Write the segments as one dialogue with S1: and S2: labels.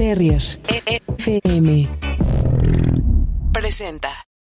S1: Terrier FM presenta.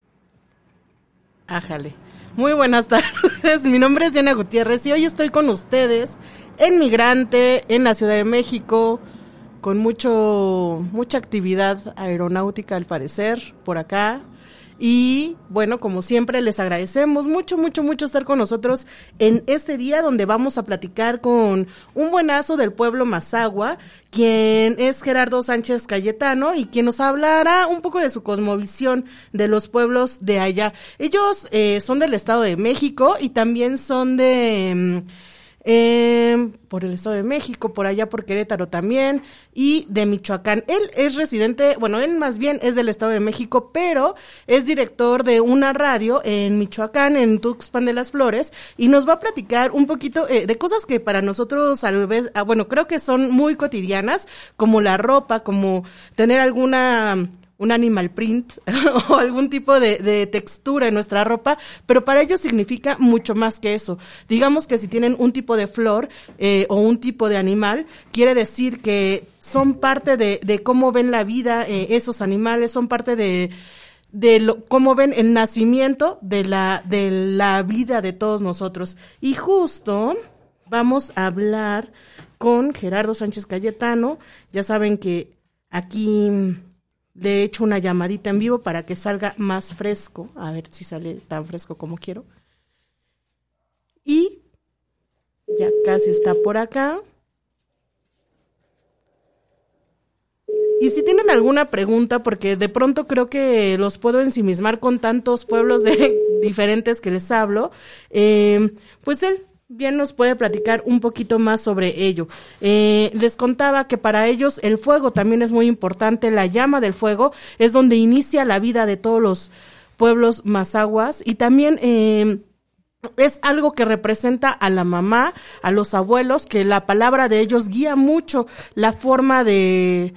S2: Ájale. Muy buenas tardes, mi nombre es Diana Gutiérrez y hoy estoy con ustedes en Migrante, en la Ciudad de México, con mucha actividad aeronáutica al parecer, por acá. Y bueno, como siempre, les agradecemos mucho estar con nosotros en este día donde vamos a platicar con un buenazo del pueblo Mazahua, quien es Gerardo Sánchez Cayetano y quien nos hablará un poco de su cosmovisión de los pueblos de allá. Ellos son del Estado de México y también son de... por el Estado de México, por allá por Querétaro también, y de Michoacán. Él es residente, bueno, él más bien es del Estado de México, pero es director de una radio en Michoacán, en Tuxpan de las Flores, y nos va a platicar un poquito de cosas que para nosotros, a vez, bueno, creo que son muy cotidianas, como la ropa, como tener un animal print o algún tipo de textura en nuestra ropa, pero para ellos significa mucho más que eso. Digamos que si tienen un tipo de flor o un tipo de animal, quiere decir que son parte de cómo ven la vida esos animales, son parte de cómo ven el nacimiento de la vida de todos nosotros. Y justo vamos a hablar con Gerardo Sánchez Cayetano. Ya saben que aquí... le he hecho una llamadita en vivo para que salga más fresco, a ver si sale tan fresco como quiero. Y ya casi está por acá. Y si tienen alguna pregunta, porque de pronto creo que los puedo ensimismar con tantos pueblos diferentes que les hablo, pues él bien nos puede platicar un poquito más sobre ello. Les contaba que para ellos el fuego también es muy importante, la llama del fuego es donde inicia la vida de todos los pueblos mazahuas y también es algo que representa a la mamá, a los abuelos, que la palabra de ellos guía mucho la forma de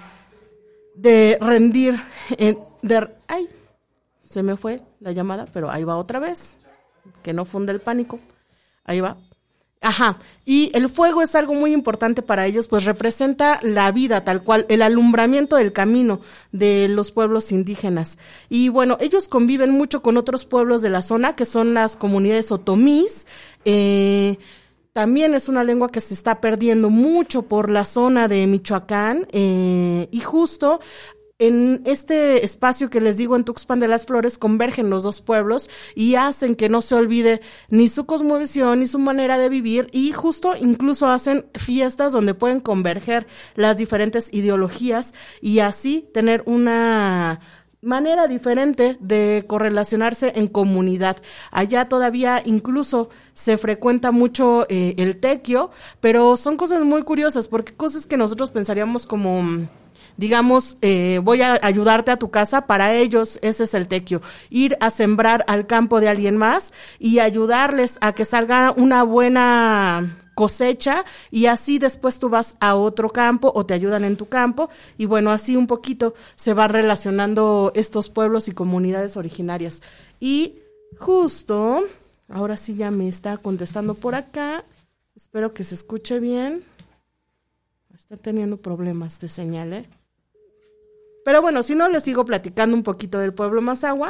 S2: rendir. Ay, se me fue la llamada, pero ahí va otra vez, que no funde el pánico, ahí va. Ajá, y el fuego es algo muy importante para ellos, pues representa la vida tal cual, el alumbramiento del camino de los pueblos indígenas. Y bueno, ellos conviven mucho con otros pueblos de la zona, que son las comunidades otomís. También es una lengua que se está perdiendo mucho por la zona de Michoacán, y justo... en este espacio que les digo en Tuxpan de las Flores convergen los dos pueblos y hacen que no se olvide ni su cosmovisión ni su manera de vivir y justo incluso hacen fiestas donde pueden converger las diferentes ideologías y así tener una manera diferente de correlacionarse en comunidad. Allá todavía incluso se frecuenta mucho el tequio, pero son cosas muy curiosas porque cosas que nosotros pensaríamos como... digamos, voy a ayudarte a tu casa, para ellos ese es el tequio, ir a sembrar al campo de alguien más y ayudarles a que salga una buena cosecha y así después tú vas a otro campo o te ayudan en tu campo y bueno, así un poquito se van relacionando estos pueblos y comunidades originarias. Y justo, ahora sí ya me está contestando por acá, espero que se escuche bien, está teniendo problemas de señal, Pero bueno, si no, les sigo platicando un poquito del pueblo Mazahua.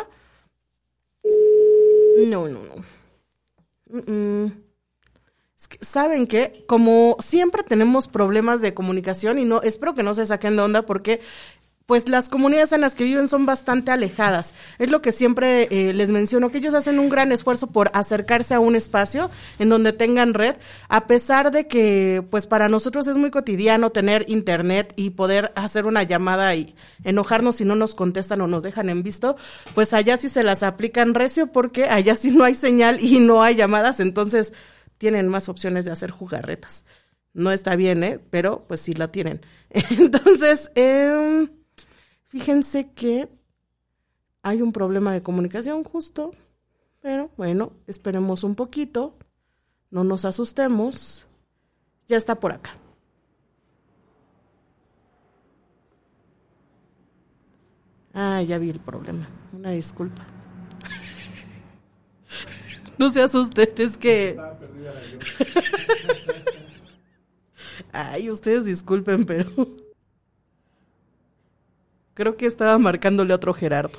S2: No. Es que, ¿saben qué? Como siempre tenemos problemas de comunicación y no, espero que no se saquen de onda porque pues las comunidades en las que viven son bastante alejadas. Es lo que siempre les menciono, que ellos hacen un gran esfuerzo por acercarse a un espacio en donde tengan red, a pesar de que pues para nosotros es muy cotidiano tener internet y poder hacer una llamada y enojarnos si no nos contestan o nos dejan en visto, pues allá sí se las aplican recio porque allá sí no hay señal y no hay llamadas, entonces tienen más opciones de hacer jugarretas. No está bien, pero pues sí la tienen. Entonces, fíjense que hay un problema de comunicación justo, pero bueno, esperemos un poquito, no nos asustemos, ya está por acá. Ah, ya vi el problema, una disculpa. No se asusten, es que... Estaba perdida la yo. Ay, ustedes disculpen, pero... Creo que estaba marcándole a otro Gerardo.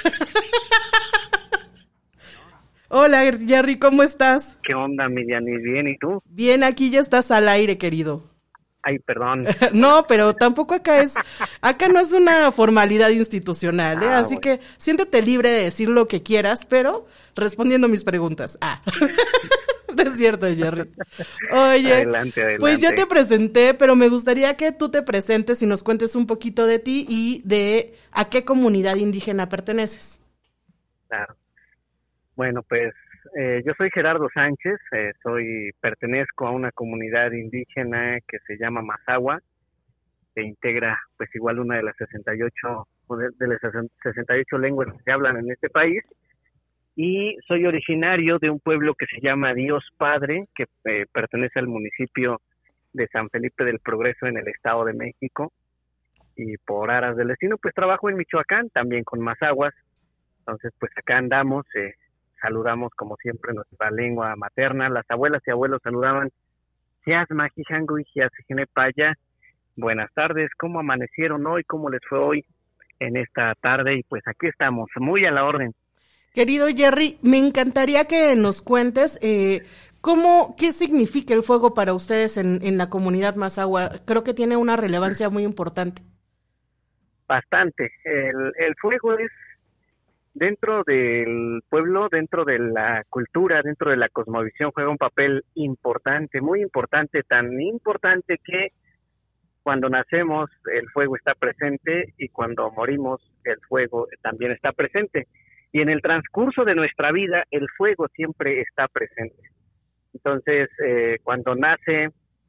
S2: Hola, Jerry, ¿cómo estás?
S3: ¿Qué onda, Miriani? ¿Bien? ¿Y tú?
S2: Bien, aquí ya estás al aire, querido.
S3: Ay, perdón.
S2: No, pero tampoco acá no es una formalidad institucional, ¿eh? Así
S3: bueno.
S2: que siéntete libre de decir lo que quieras, pero respondiendo mis preguntas. No es cierto, Jerry. Oye,
S3: Adelante.
S2: pues ya te presenté, pero me gustaría que tú te presentes y nos cuentes un poquito de ti y de a qué comunidad indígena perteneces.
S3: Claro. Bueno, pues yo soy Gerardo Sánchez, pertenezco a una comunidad indígena que se llama Mazahua, que integra pues igual una de las 68 de las 68 lenguas que se hablan en este país, y soy originario de un pueblo que se llama Dios Padre, que pertenece al municipio de San Felipe del Progreso en el Estado de México, y por aras del destino pues trabajo en Michoacán también con mazahuas. Entonces pues acá andamos, saludamos como siempre nuestra lengua materna. Las abuelas y abuelos saludaban Sias Majijango y Sias Paya. Buenas tardes, ¿cómo amanecieron hoy? ¿Cómo les fue hoy en esta tarde? Y pues aquí estamos, muy a la orden.
S2: Querido Jerry, me encantaría que nos cuentes qué significa el fuego para ustedes en la comunidad Mazahua. Creo que tiene una relevancia muy importante.
S3: Bastante. El fuego es dentro del pueblo, dentro de la cultura, dentro de la cosmovisión, juega un papel importante, muy importante, tan importante que cuando nacemos el fuego está presente y cuando morimos el fuego también está presente. Y en el transcurso de nuestra vida el fuego siempre está presente. Entonces, cuando nace,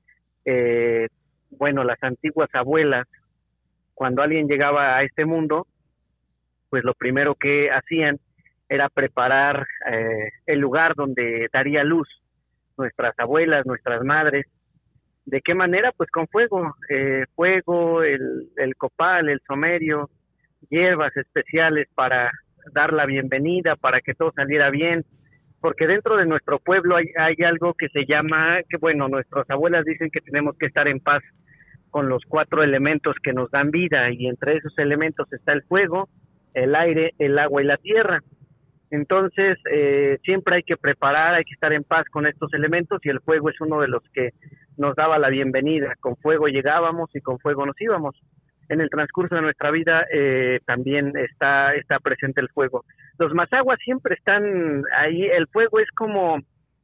S3: las antiguas abuelas, cuando alguien llegaba a este mundo, pues lo primero que hacían era preparar el lugar donde daría luz nuestras abuelas, nuestras madres. ¿De qué manera? Pues con fuego, el copal, el somerio, hierbas especiales para dar la bienvenida, para que todo saliera bien, porque dentro de nuestro pueblo hay algo que se llama, nuestras abuelas dicen que tenemos que estar en paz con los 4 elementos que nos dan vida, y entre esos elementos está el fuego, el aire, el agua y la tierra. Entonces, siempre hay que preparar, hay que estar en paz con estos elementos, y el fuego es uno de los que nos daba la bienvenida. Con fuego llegábamos y con fuego nos íbamos. En el transcurso de nuestra vida también está presente el fuego. Los mazahuas siempre están ahí. El fuego es como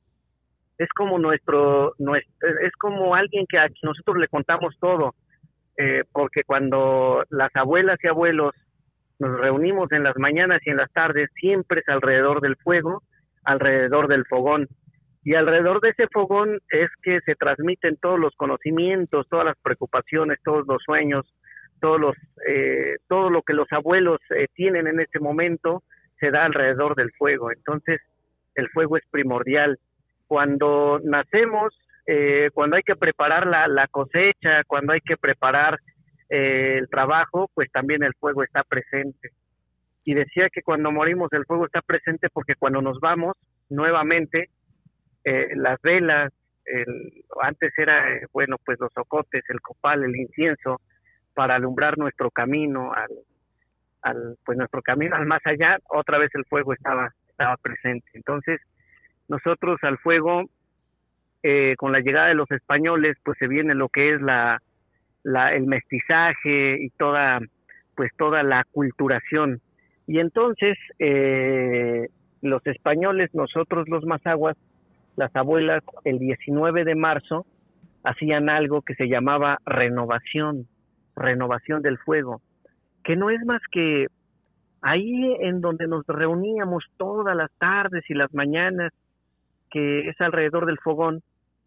S3: es como alguien que a quien nosotros le contamos todo, porque cuando las abuelas y abuelos nos reunimos en las mañanas y en las tardes, siempre es alrededor del fuego, alrededor del fogón. Y alrededor de ese fogón es que se transmiten todos los conocimientos, todas las preocupaciones, todos los sueños, todo lo que los abuelos tienen en ese momento, se da alrededor del fuego. Entonces, el fuego es primordial. Cuando nacemos, cuando hay que preparar la cosecha, cuando hay que preparar el trabajo, pues también el fuego está presente. Y decía que cuando morimos el fuego está presente porque cuando nos vamos nuevamente, las velas, antes era, pues los ocotes, el copal, el incienso, para alumbrar nuestro camino nuestro camino al más allá, otra vez el fuego estaba presente. Entonces, nosotros al fuego, con la llegada de los españoles, pues se viene lo que es el mestizaje y toda la aculturación. Y entonces, los españoles, nosotros los mazahuas, las abuelas, el 19 de marzo, hacían algo que se llamaba renovación del fuego, que no es más que ahí en donde nos reuníamos todas las tardes y las mañanas, que es alrededor del fogón.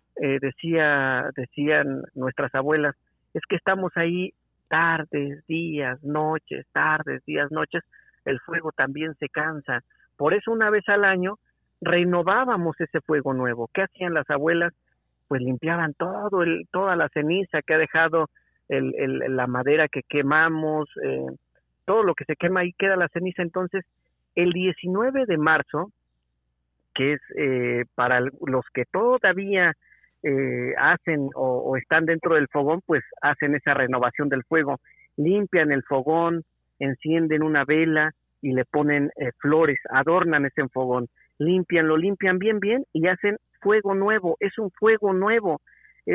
S3: Decían nuestras abuelas, es que estamos ahí tardes, días, noches, el fuego también se cansa. Por eso una vez al año renovábamos ese fuego nuevo. ¿Qué hacían las abuelas? Pues limpiaban toda la ceniza que ha dejado la madera que quemamos, todo lo que se quema, ahí queda la ceniza. Entonces, el 19 de marzo, que es para los que todavía hacen o están dentro del fogón, pues hacen esa renovación del fuego, limpian el fogón, encienden una vela y le ponen flores, adornan ese fogón, lo limpian bien bien y hacen fuego nuevo, es un fuego nuevo, es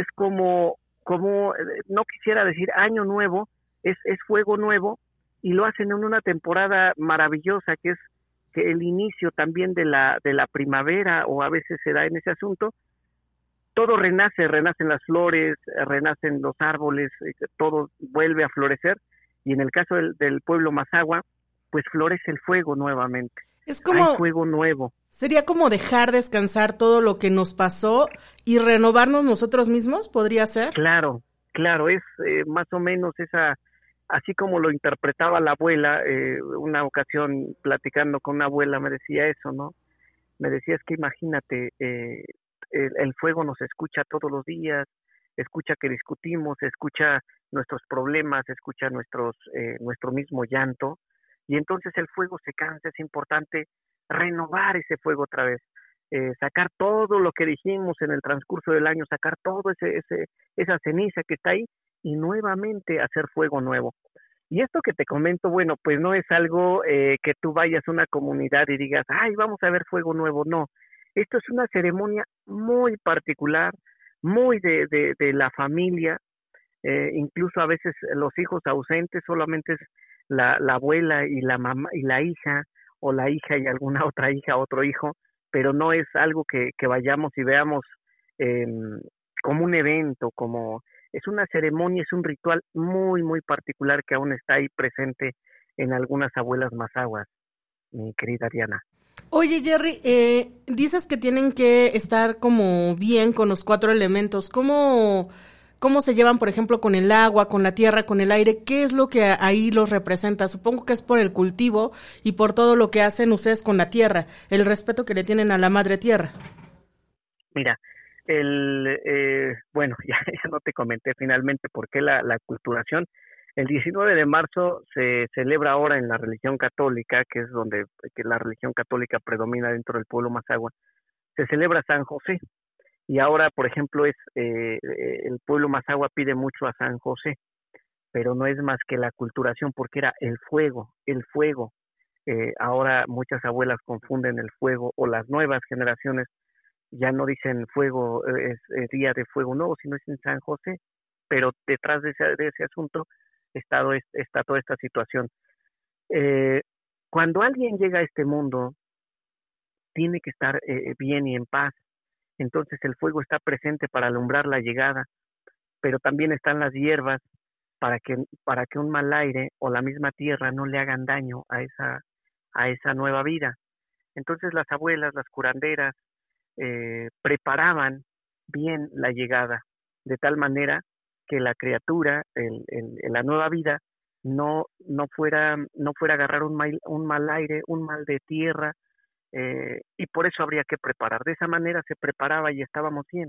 S3: no quisiera decir año nuevo, es fuego nuevo y lo hacen en una temporada maravillosa que es que el inicio también de la primavera, o a veces se da en ese asunto, todo renacen las flores, renacen los árboles, todo vuelve a florecer, y en el caso del pueblo Mazahua, pues florece el fuego nuevamente.
S2: Es
S3: Hay
S2: como,
S3: fuego nuevo.
S2: sería como dejar descansar todo lo que nos pasó y renovarnos nosotros mismos, ¿podría ser?
S3: Claro, es más o menos así como lo interpretaba la abuela, una ocasión platicando con una abuela me decía eso, ¿no? Me decía, es que imagínate, el fuego nos escucha todos los días, escucha que discutimos, escucha nuestros problemas, escucha nuestro mismo llanto, y entonces el fuego se cansa. Es importante renovar ese fuego otra vez, sacar todo lo que dijimos en el transcurso del año, sacar todo esa ceniza que está ahí y nuevamente hacer fuego nuevo. Y esto que te comento, bueno, pues no es algo que tú vayas a una comunidad y digas, ay, vamos a ver fuego nuevo, no. Esto es una ceremonia muy particular, muy de la familia, incluso a veces los hijos ausentes, solamente es la abuela y la mamá y la hija, o la hija y alguna otra hija, otro hijo, pero no es algo que vayamos y veamos eh, como un evento, es una ceremonia, es un ritual muy, muy particular que aún está ahí presente en algunas abuelas mazahuas, mi querida Diana.
S2: Oye, Jerry, dices que tienen que estar como bien con los 4 elementos. ¿Cómo se llevan, por ejemplo, con el agua, con la tierra, con el aire? ¿Qué es lo que ahí los representa? Supongo que es por el cultivo y por todo lo que hacen ustedes con la tierra, el respeto que le tienen a la madre tierra.
S3: Mira, bueno, ya no te comenté finalmente por qué la aculturación. El 19 de marzo se celebra ahora en la religión católica, que es que la religión católica predomina dentro del pueblo Mazahua, se celebra San José. Y ahora, por ejemplo, el pueblo Mazahua pide mucho a San José, pero no es más que la aculturación, porque era el fuego, el fuego. Ahora muchas abuelas confunden el fuego, o las nuevas generaciones ya no dicen fuego, es día de fuego nuevo, sino dicen San José, pero detrás de ese asunto está toda esta situación. Eh, Cuando alguien llega a este mundo, tiene que estar bien y en paz. Entonces el fuego está presente para alumbrar la llegada, pero también están las hierbas para que un mal aire o la misma tierra no le hagan daño a esa nueva vida. Entonces las abuelas, las curanderas, preparaban bien la llegada, de tal manera que la criatura, la nueva vida, no fuera a agarrar un mal aire, un mal de tierra, y por eso habría que preparar. De esa manera se preparaba y estábamos bien.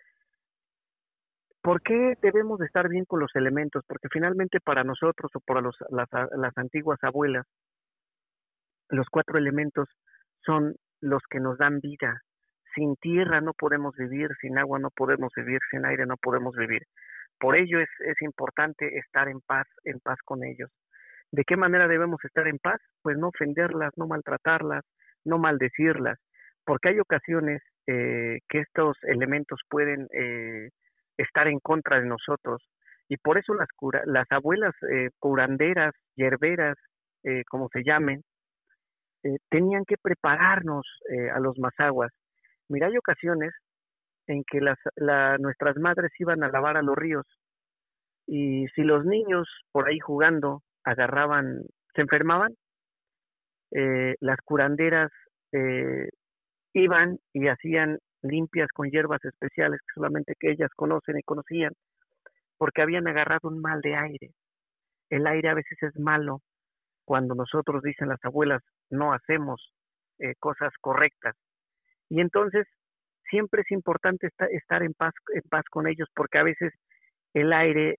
S3: ¿Por qué debemos de estar bien con los elementos? Porque finalmente para nosotros, o para las antiguas abuelas, los 4 elementos son los que nos dan vida. Sin tierra no podemos vivir, sin agua no podemos vivir, sin aire no podemos vivir. Por ello es importante estar en paz con ellos. ¿De qué manera debemos estar en paz? Pues no ofenderlas, no maltratarlas, no maldecirlas, porque hay ocasiones que estos elementos pueden estar en contra de nosotros, y por eso las abuelas curanderas, hierberas, como se llamen, tenían que prepararnos a los mazahuas. Mira, hay ocasiones en que nuestras madres iban a lavar a los ríos, y si los niños por ahí jugando se enfermaban, las curanderas iban y hacían limpias con hierbas especiales que solamente que ellas conocen y conocían, porque habían agarrado un mal de aire. El aire a veces es malo cuando nosotros, dicen las abuelas, no hacemos cosas correctas. Y entonces siempre es importante estar en paz con ellos, porque a veces el aire,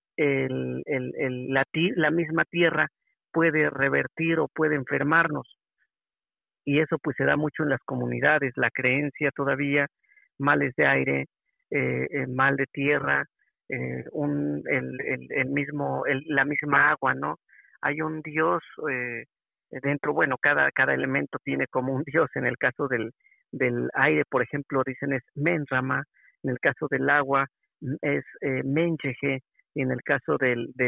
S3: la misma tierra puede revertir o puede enfermarnos. Y eso pues se da mucho en las comunidades, la creencia todavía, males de aire, mal de tierra, la misma agua, ¿no? hay un dios dentro, bueno, cada elemento tiene como un dios. En el caso del aire, por ejemplo, dicen es Menrama, en el caso del agua es Mencheje, y en el caso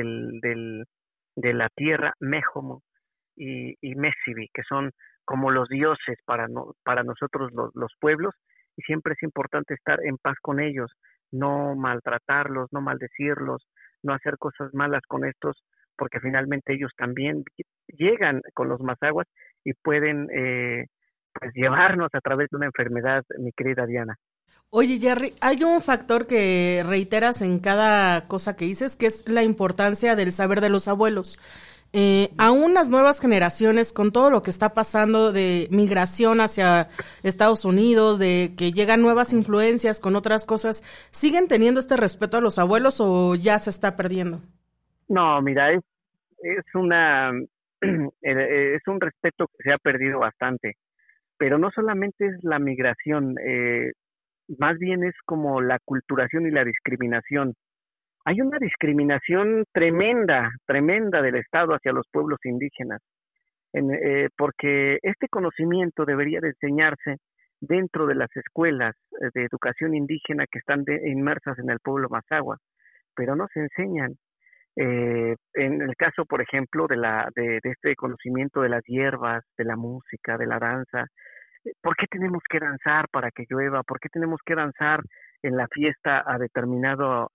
S3: de la tierra, Mejomo y Mesibi, que son como los dioses para nosotros los pueblos, y siempre es importante estar en paz con ellos, no maltratarlos, no maldecirlos, no hacer cosas malas con estos, porque finalmente ellos también llegan con los mazaguas y pueden pues llevarnos a través de una enfermedad, mi querida Diana.
S2: Oye, Jerry, hay un factor que reiteras en cada cosa que dices, que es la importancia del saber de los abuelos. Aún las nuevas generaciones, con todo lo que está pasando de migración hacia Estados Unidos, de que llegan nuevas influencias con otras cosas, ¿siguen teniendo este respeto a los abuelos o ya se está perdiendo?
S3: No, mira, es una es un respeto que se ha perdido bastante, pero no solamente es la migración, más bien es como la aculturación y la discriminación. Hay una discriminación tremenda, tremenda del Estado hacia los pueblos indígenas, porque este conocimiento debería de enseñarse dentro de las escuelas de educación indígena que están inmersas en el pueblo mazahua, pero no se enseñan. En el caso, por ejemplo, de este conocimiento de las hierbas, de la música, de la danza, ¿por qué tenemos que danzar para que llueva? ¿Por qué tenemos que danzar en la fiesta a determinado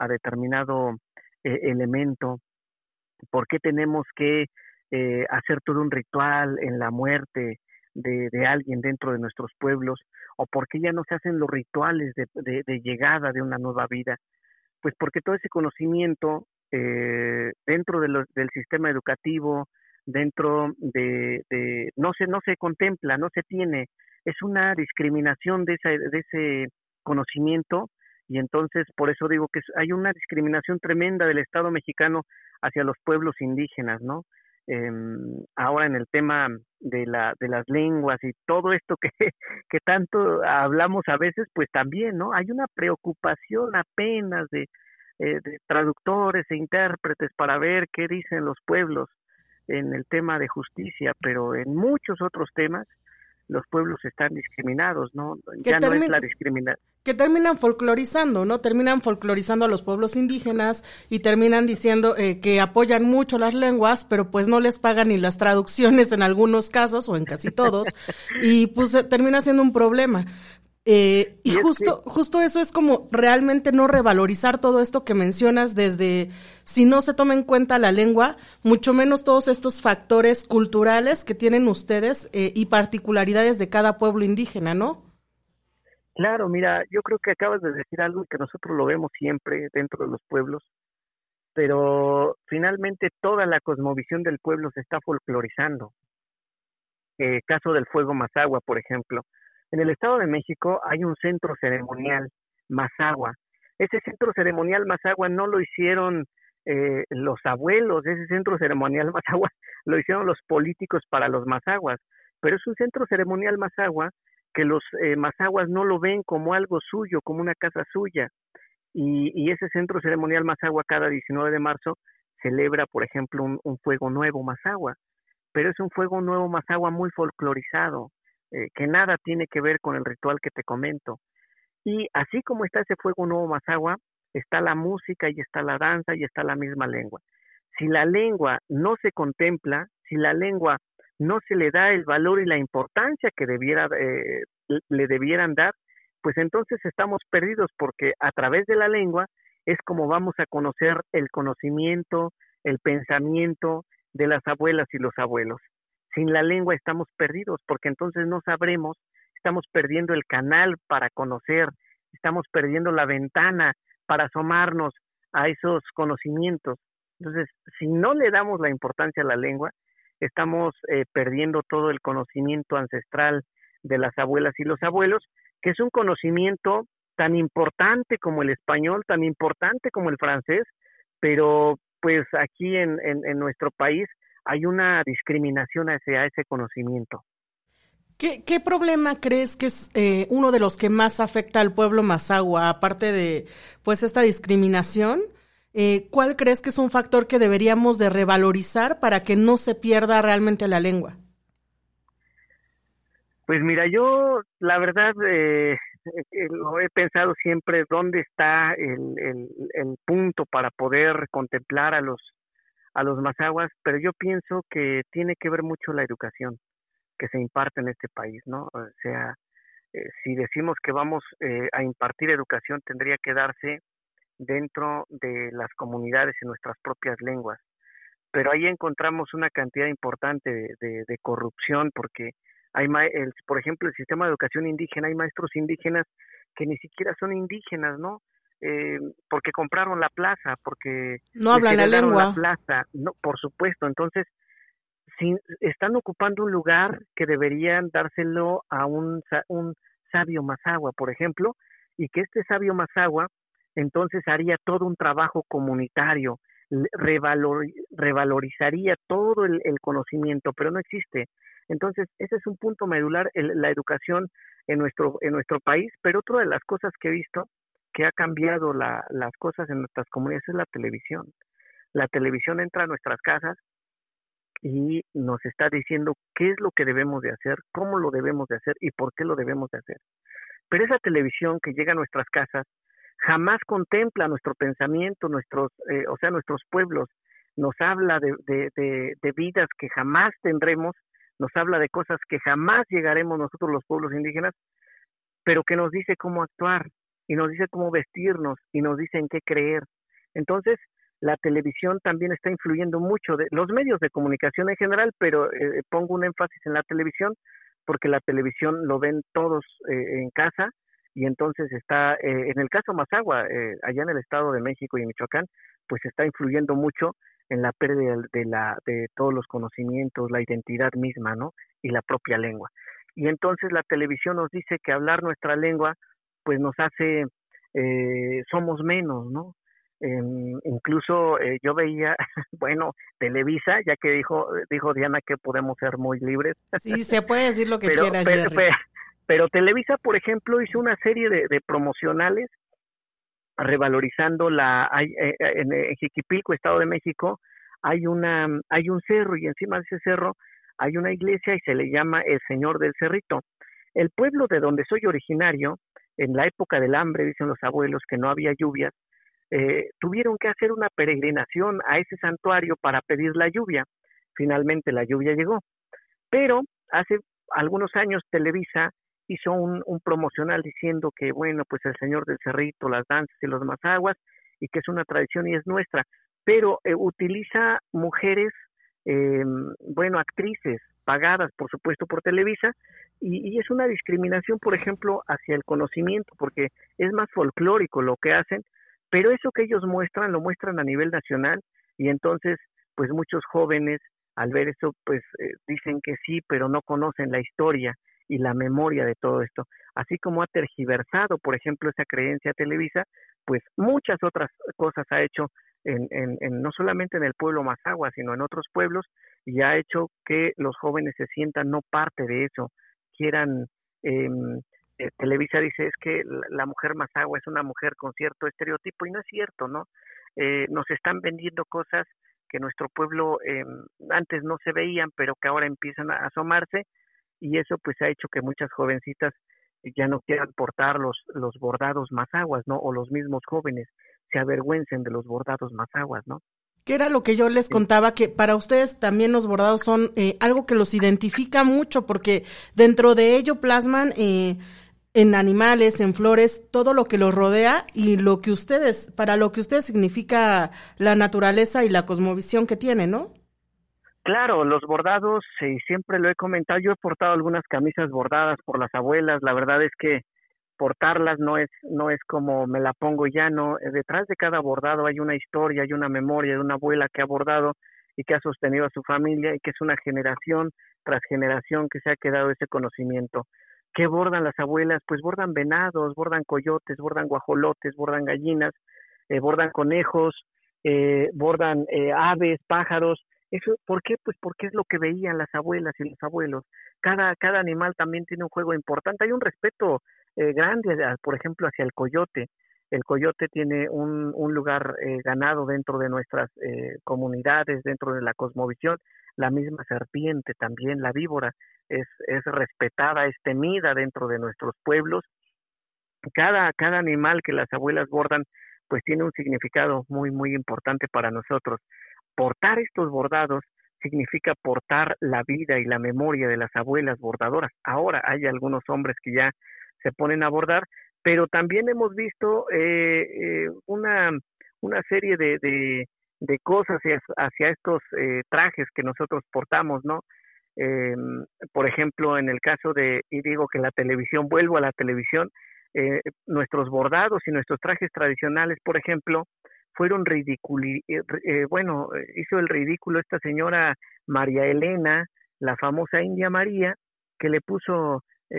S3: elemento? ¿Por qué tenemos que hacer todo un ritual en la muerte de alguien dentro de nuestros pueblos? ¿O por qué ya no se hacen los rituales de llegada de una nueva vida? Pues porque todo ese conocimiento dentro del sistema educativo, dentro no se contempla, no se tiene, es una discriminación de ese conocimiento, y entonces por eso digo que hay una discriminación tremenda del Estado mexicano hacia los pueblos indígenas, ¿no? Ahora en el tema de las lenguas y todo esto que tanto hablamos a veces, pues también, ¿no? Hay una preocupación apenas de traductores e intérpretes para ver qué dicen los pueblos en el tema de justicia, pero en muchos otros temas los pueblos están discriminados, ¿no? Ya no es la discriminación.
S2: Que terminan folclorizando, ¿no? Terminan folclorizando a los pueblos indígenas y terminan diciendo que apoyan mucho las lenguas, pero pues no les pagan ni las traducciones en algunos casos o en casi todos, y pues termina siendo un problema. Y justo eso es como realmente no revalorizar todo esto que mencionas, desde si no se toma en cuenta la lengua, mucho menos todos estos factores culturales que tienen ustedes y particularidades de cada pueblo indígena, ¿no?
S3: Claro, mira, yo creo que acabas de decir algo que nosotros lo vemos siempre dentro de los pueblos, pero finalmente toda la cosmovisión del pueblo se está folclorizando. Caso del fuego mazahua, por ejemplo. En el Estado de México hay un centro ceremonial mazahua. Ese centro ceremonial mazahua no lo hicieron los abuelos, ese centro ceremonial mazahua lo hicieron los políticos para los mazahuas, pero es un centro ceremonial mazahua que los mazahuas no lo ven como algo suyo, como una casa suya, y ese centro ceremonial mazahua cada 19 de marzo celebra, por ejemplo, un fuego nuevo mazahua, pero es un fuego nuevo mazahua muy folclorizado, que nada tiene que ver con el ritual que te comento. Y así como está ese fuego nuevo mazahua, está la música y está la danza y está la misma lengua. Si la lengua no se contempla, si la lengua no se le da el valor y la importancia que le debieran dar, pues entonces estamos perdidos, porque a través de la lengua es como vamos a conocer el conocimiento, el pensamiento de las abuelas y los abuelos. Sin la lengua estamos perdidos, porque entonces no sabremos, estamos perdiendo el canal para conocer, estamos perdiendo la ventana para asomarnos a esos conocimientos. Entonces, si no le damos la importancia a la lengua, estamos perdiendo todo el conocimiento ancestral de las abuelas y los abuelos, que es un conocimiento tan importante como el español, tan importante como el francés, pero pues aquí en nuestro país hay una discriminación hacia ese conocimiento.
S2: ¿Qué problema crees que es uno de los que más afecta al pueblo mazahua, aparte de pues esta discriminación? ¿cuál crees que es un factor que deberíamos de revalorizar para que no se pierda realmente la lengua?
S3: Pues mira, yo la verdad lo he pensado siempre dónde está el punto para poder contemplar a los mazahuas, pero yo pienso que tiene que ver mucho la educación que se imparte en este país, ¿no? O sea, si decimos que vamos a impartir educación, tendría que darse dentro de las comunidades en nuestras propias lenguas. Pero ahí encontramos una cantidad importante de corrupción porque por ejemplo, el sistema de educación indígena, hay maestros indígenas que ni siquiera son indígenas, ¿no? Porque compraron la plaza, porque
S2: No
S3: les
S2: hablan la
S3: heredaron la
S2: lengua.
S3: plaza, no, por supuesto. Entonces, si están ocupando un lugar que deberían dárselo a un sabio mazahua, por ejemplo, y que este sabio mazahua entonces haría todo un trabajo comunitario, revalorizaría todo el conocimiento, pero no existe. Entonces, ese es un punto medular, la educación en nuestro país, pero otra de las cosas que he visto que ha cambiado las cosas en nuestras comunidades es la televisión. La televisión entra a nuestras casas y nos está diciendo qué es lo que debemos de hacer, cómo lo debemos de hacer y por qué lo debemos de hacer. Pero esa televisión que llega a nuestras casas jamás contempla nuestro pensamiento, nuestros pueblos, nos habla de vidas que jamás tendremos, nos habla de cosas que jamás llegaremos nosotros los pueblos indígenas, pero que nos dice cómo actuar y nos dice cómo vestirnos y nos dice en qué creer. Entonces, la televisión también está influyendo mucho, los medios de comunicación en general, pero pongo un énfasis en la televisión, porque la televisión lo ven todos en casa, y entonces está, en el caso Mazahua, allá en el Estado de México y en Michoacán, pues está influyendo mucho en la pérdida de todos los conocimientos, la identidad misma, ¿no? Y la propia lengua. Y entonces la televisión nos dice que hablar nuestra lengua, pues nos hace, somos menos, ¿no? Incluso yo veía, bueno, Televisa, ya que dijo Diana que podemos ser muy libres,
S2: Sí, se puede decir lo que
S3: pero,
S2: quieras,
S3: pero,
S2: Jerry.
S3: pero, pero Televisa, por ejemplo, hizo una serie de promocionales revalorizando en Jiquipilco, Estado de México, hay un cerro y encima de ese cerro hay una iglesia y se le llama el Señor del Cerrito. El pueblo de donde soy originario, en la época del hambre, dicen los abuelos, que no había lluvias, tuvieron que hacer una peregrinación a ese santuario para pedir la lluvia. Finalmente la lluvia llegó, pero hace algunos años Televisa hizo un promocional diciendo que, bueno, pues el Señor del Cerrito, las danzas y los mazahuas, y que es una tradición y es nuestra, pero utiliza mujeres, bueno, actrices, pagadas, por supuesto, por Televisa, y es una discriminación, por ejemplo, hacia el conocimiento, porque es más folclórico lo que hacen, pero eso que ellos muestran, lo muestran a nivel nacional, y entonces, pues muchos jóvenes, al ver eso, pues dicen que sí, pero no conocen la historia y la memoria de todo esto. Así como ha tergiversado, por ejemplo, esa creencia Televisa, pues muchas otras cosas ha hecho no solamente en el pueblo Mazahua, sino en otros pueblos, y ha hecho que los jóvenes se sientan no parte de eso, quieran, Televisa dice es que la mujer Mazahua es una mujer con cierto estereotipo, y no es cierto, ¿no? Nos están vendiendo cosas que nuestro pueblo antes no se veían, pero que ahora empiezan a asomarse, y eso pues ha hecho que muchas jovencitas ya no quieran portar los bordados mazahuas, ¿no? O los mismos jóvenes se avergüencen de los bordados mazahuas, ¿no?
S2: Que era lo que yo les contaba, que para ustedes también los bordados son algo que los identifica mucho, porque dentro de ello plasman en animales, en flores, todo lo que los rodea y para lo que ustedes significa la naturaleza y la cosmovisión que tienen, ¿no?
S3: Claro, los bordados, siempre lo he comentado, yo he portado algunas camisas bordadas por las abuelas, la verdad es que portarlas no es como me la pongo ya, no, detrás de cada bordado hay una historia, hay una memoria de una abuela que ha bordado y que ha sostenido a su familia, y que es una generación tras generación que se ha quedado ese conocimiento. ¿Qué bordan las abuelas? Pues bordan venados, bordan coyotes, bordan guajolotes, bordan gallinas, bordan conejos, bordan aves, pájaros. Eso, ¿por qué? Pues porque es lo que veían las abuelas y los abuelos. Cada animal también tiene un juego importante. Hay un respeto grande, por ejemplo, hacia el coyote. El coyote tiene un lugar ganado dentro de nuestras comunidades, dentro de la cosmovisión. La misma serpiente también, la víbora, es respetada, es temida dentro de nuestros pueblos. Cada animal que las abuelas bordan, pues tiene un significado muy, muy importante para nosotros. Portar estos bordados significa portar la vida y la memoria de las abuelas bordadoras. Ahora hay algunos hombres que ya se ponen a bordar, pero también hemos visto una serie de cosas hacia estos trajes que nosotros portamos, ¿no? Eh, por ejemplo, en el caso y digo que la televisión, vuelvo a la televisión, nuestros bordados y nuestros trajes tradicionales, por ejemplo, fueron hizo el ridículo esta señora María Elena, la famosa India María, que le puso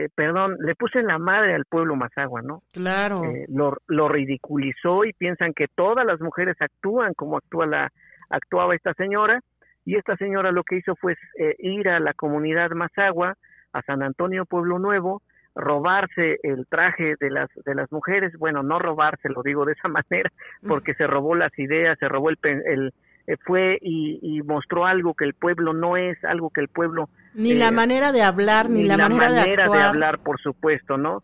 S3: en la madre al pueblo mazahua, ¿no?
S2: Claro.
S3: Lo ridiculizó y piensan que todas las mujeres actúan como actuaba esta señora, y esta señora lo que hizo fue ir a la comunidad mazahua, a San Antonio Pueblo Nuevo, robarse el traje de las mujeres. Bueno, no robarse, lo digo de esa manera, porque se robó las ideas, se robó fue y mostró algo que el pueblo no es, algo que el pueblo
S2: ni la manera de hablar, ni la manera de actuar.
S3: De hablar, por supuesto, ¿no?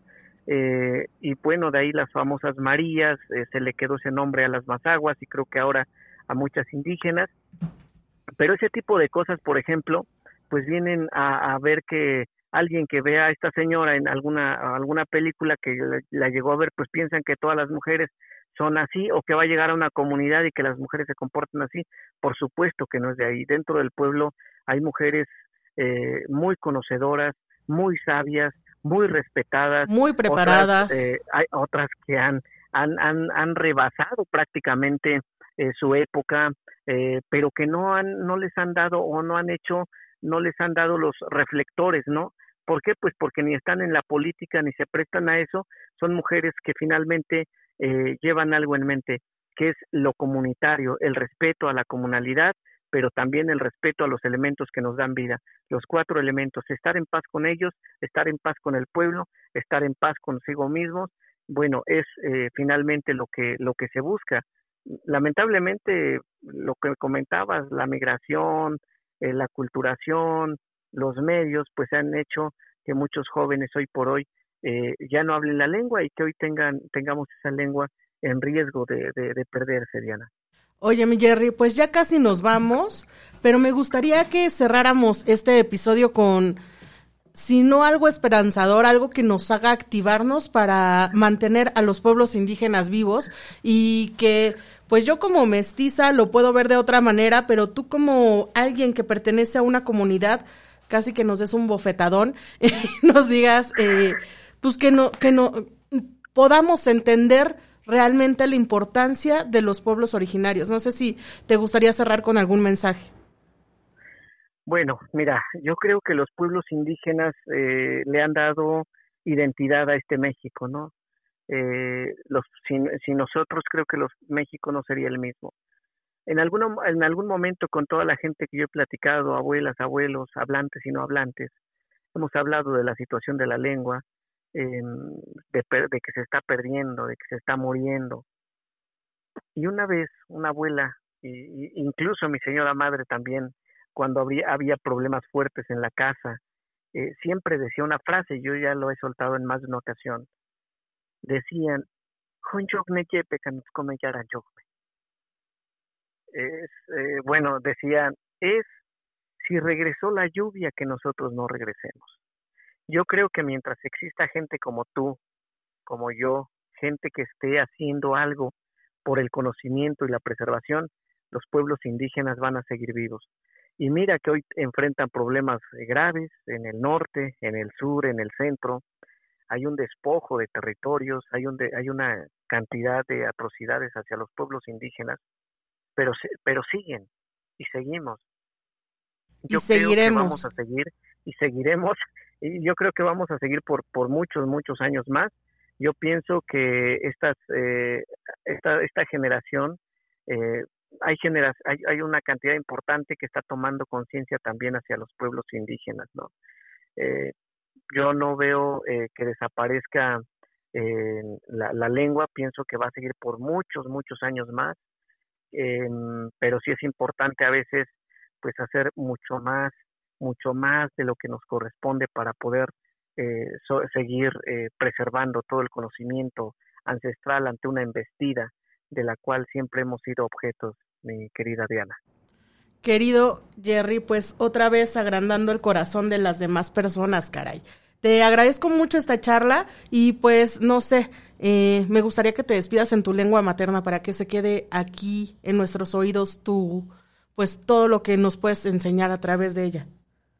S3: Y bueno, de ahí las famosas Marías, se le quedó ese nombre a las mazaguas y creo que ahora a muchas indígenas. Pero ese tipo de cosas, por ejemplo, pues vienen a ver que alguien que vea a esta señora en alguna película que la llegó a ver, pues piensan que todas las mujeres son así, o que va a llegar a una comunidad y que las mujeres se comportan así. Por supuesto que no es de ahí. Dentro del pueblo hay mujeres muy conocedoras, muy sabias, muy respetadas,
S2: muy preparadas.
S3: Hay otras que han rebasado prácticamente su época, pero que no les han dado o no les han dado los reflectores, ¿no? ¿Por qué? Pues porque ni están en la política ni se prestan a eso. Son mujeres que finalmente llevan algo en mente, que es lo comunitario, el respeto a la comunalidad, pero también el respeto a los elementos que nos dan vida. Los 4 elementos: estar en paz con ellos, estar en paz con el pueblo, estar en paz consigo mismos. Bueno, es finalmente lo que se busca. Lamentablemente, lo que comentabas, la migración, la aculturación, los medios, pues han hecho que muchos jóvenes hoy por hoy ya no hablen la lengua y que hoy tengamos esa lengua en riesgo de perderse, Diana.
S2: Oye, mi Jerry, pues ya casi nos vamos, pero me gustaría que cerráramos este episodio con, si no algo esperanzador, algo que nos haga activarnos para mantener a los pueblos indígenas vivos, y que pues yo como mestiza lo puedo ver de otra manera, pero tú como alguien que pertenece a una comunidad, casi que nos des un bofetadón y nos digas pues que no podamos entender realmente la importancia de los pueblos originarios. No sé si te gustaría cerrar con algún mensaje.
S3: Bueno, mira, yo creo que los pueblos indígenas le han dado identidad a este México, ¿no? Sin nosotros, creo que México no sería el mismo. En algún momento, con toda la gente que yo he platicado, abuelas, abuelos, hablantes y no hablantes, hemos hablado de la situación de la lengua, de que se está perdiendo, de que se está muriendo. Y una vez, una abuela, incluso mi señora madre también, cuando había problemas fuertes en la casa, siempre decía una frase, yo ya lo he soltado en más de una ocasión. Decían, decían, es si regresó la lluvia que nosotros no regresemos. Yo creo que mientras exista gente como tú, como yo, gente que esté haciendo algo por el conocimiento y la preservación, los pueblos indígenas van a seguir vivos. Y mira que hoy enfrentan problemas graves en el norte, en el sur, en el centro. Hay un despojo de territorios, hay una cantidad de atrocidades hacia los pueblos indígenas, pero siguen y seguimos. Yo creo que vamos a seguir y seguiremos, y yo creo que vamos a seguir por muchos, muchos años más. Yo pienso que esta generación, hay una cantidad importante que está tomando conciencia también hacia los pueblos indígenas, ¿no? Yo no veo que desaparezca La lengua pienso que va a seguir por muchos, muchos años más, pero sí es importante a veces pues hacer mucho más de lo que nos corresponde para poder seguir preservando todo el conocimiento ancestral ante una embestida de la cual siempre hemos sido objetos, mi querida Diana.
S2: Querido Jerry, pues otra vez agrandando el corazón de las demás personas, caray. Te agradezco mucho esta charla y pues no sé, me gustaría que te despidas en tu lengua materna para que se quede aquí en nuestros oídos pues todo lo que nos puedes enseñar a través de ella.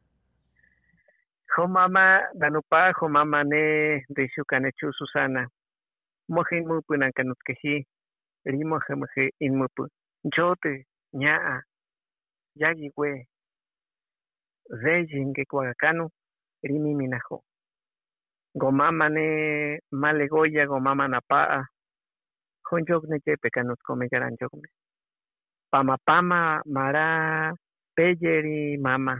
S3: Jomama danupa, jomama ne deishukanechu Susana. Mojen mupu nankanutkeji, rimo jemeje inmupu. Jote, ñaa, yagiwe, reyinge kuagakanu, rimi minajo. Gomama ne malegoya, gomama napaa. Honjogne yepe kanutskome yaranjogme. Pama mara peyeri mama.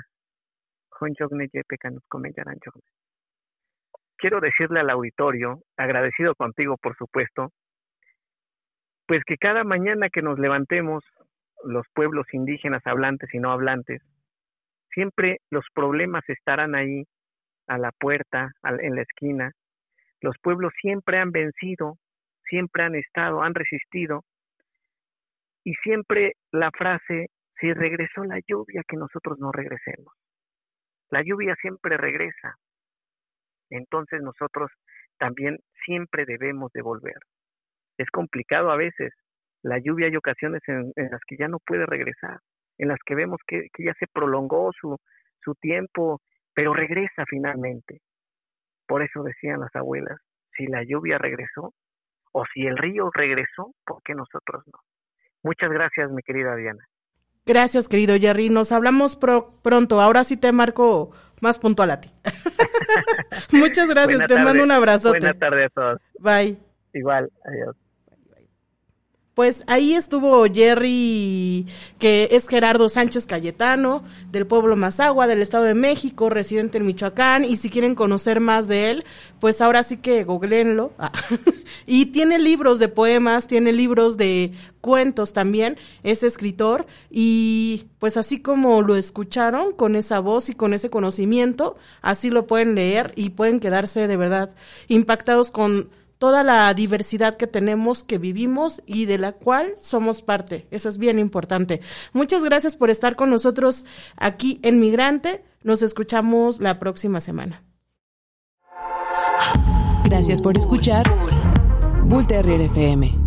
S3: Quiero decirle al auditorio, agradecido contigo por supuesto, pues que cada mañana que nos levantemos, los pueblos indígenas hablantes y no hablantes, siempre los problemas estarán ahí, a la puerta, en la esquina. Los pueblos siempre han vencido, siempre han estado, han resistido, y siempre la frase, si regresó la lluvia, que nosotros no regresemos. La lluvia siempre regresa, entonces nosotros también siempre debemos de volver. Es complicado a veces, la lluvia hay ocasiones en las que ya no puede regresar, en las que vemos que ya se prolongó su tiempo, pero regresa finalmente. Por eso decían las abuelas, si la lluvia regresó, o si el río regresó, ¿por qué nosotros no? Muchas gracias, mi querida Diana.
S2: Gracias, querido Jerry. Nos hablamos pronto. Ahora sí te marco más puntual a ti. Muchas gracias. Te mando un abrazote.
S3: Buenas tardes a todos.
S2: Bye.
S3: Igual. Adiós.
S2: Pues ahí estuvo Jerry, que es Gerardo Sánchez Cayetano, del pueblo Mazahua, del Estado de México, residente en Michoacán, y si quieren conocer más de él, pues ahora sí que googleenlo. Y tiene libros de poemas, tiene libros de cuentos también, es escritor, y pues así como lo escucharon, con esa voz y con ese conocimiento, así lo pueden leer y pueden quedarse de verdad impactados con toda la diversidad que tenemos, que vivimos y de la cual somos parte. Eso es bien importante. Muchas gracias por estar con nosotros aquí en Migrante. Nos escuchamos la próxima semana.
S1: Gracias por escuchar Bull Terrier FM.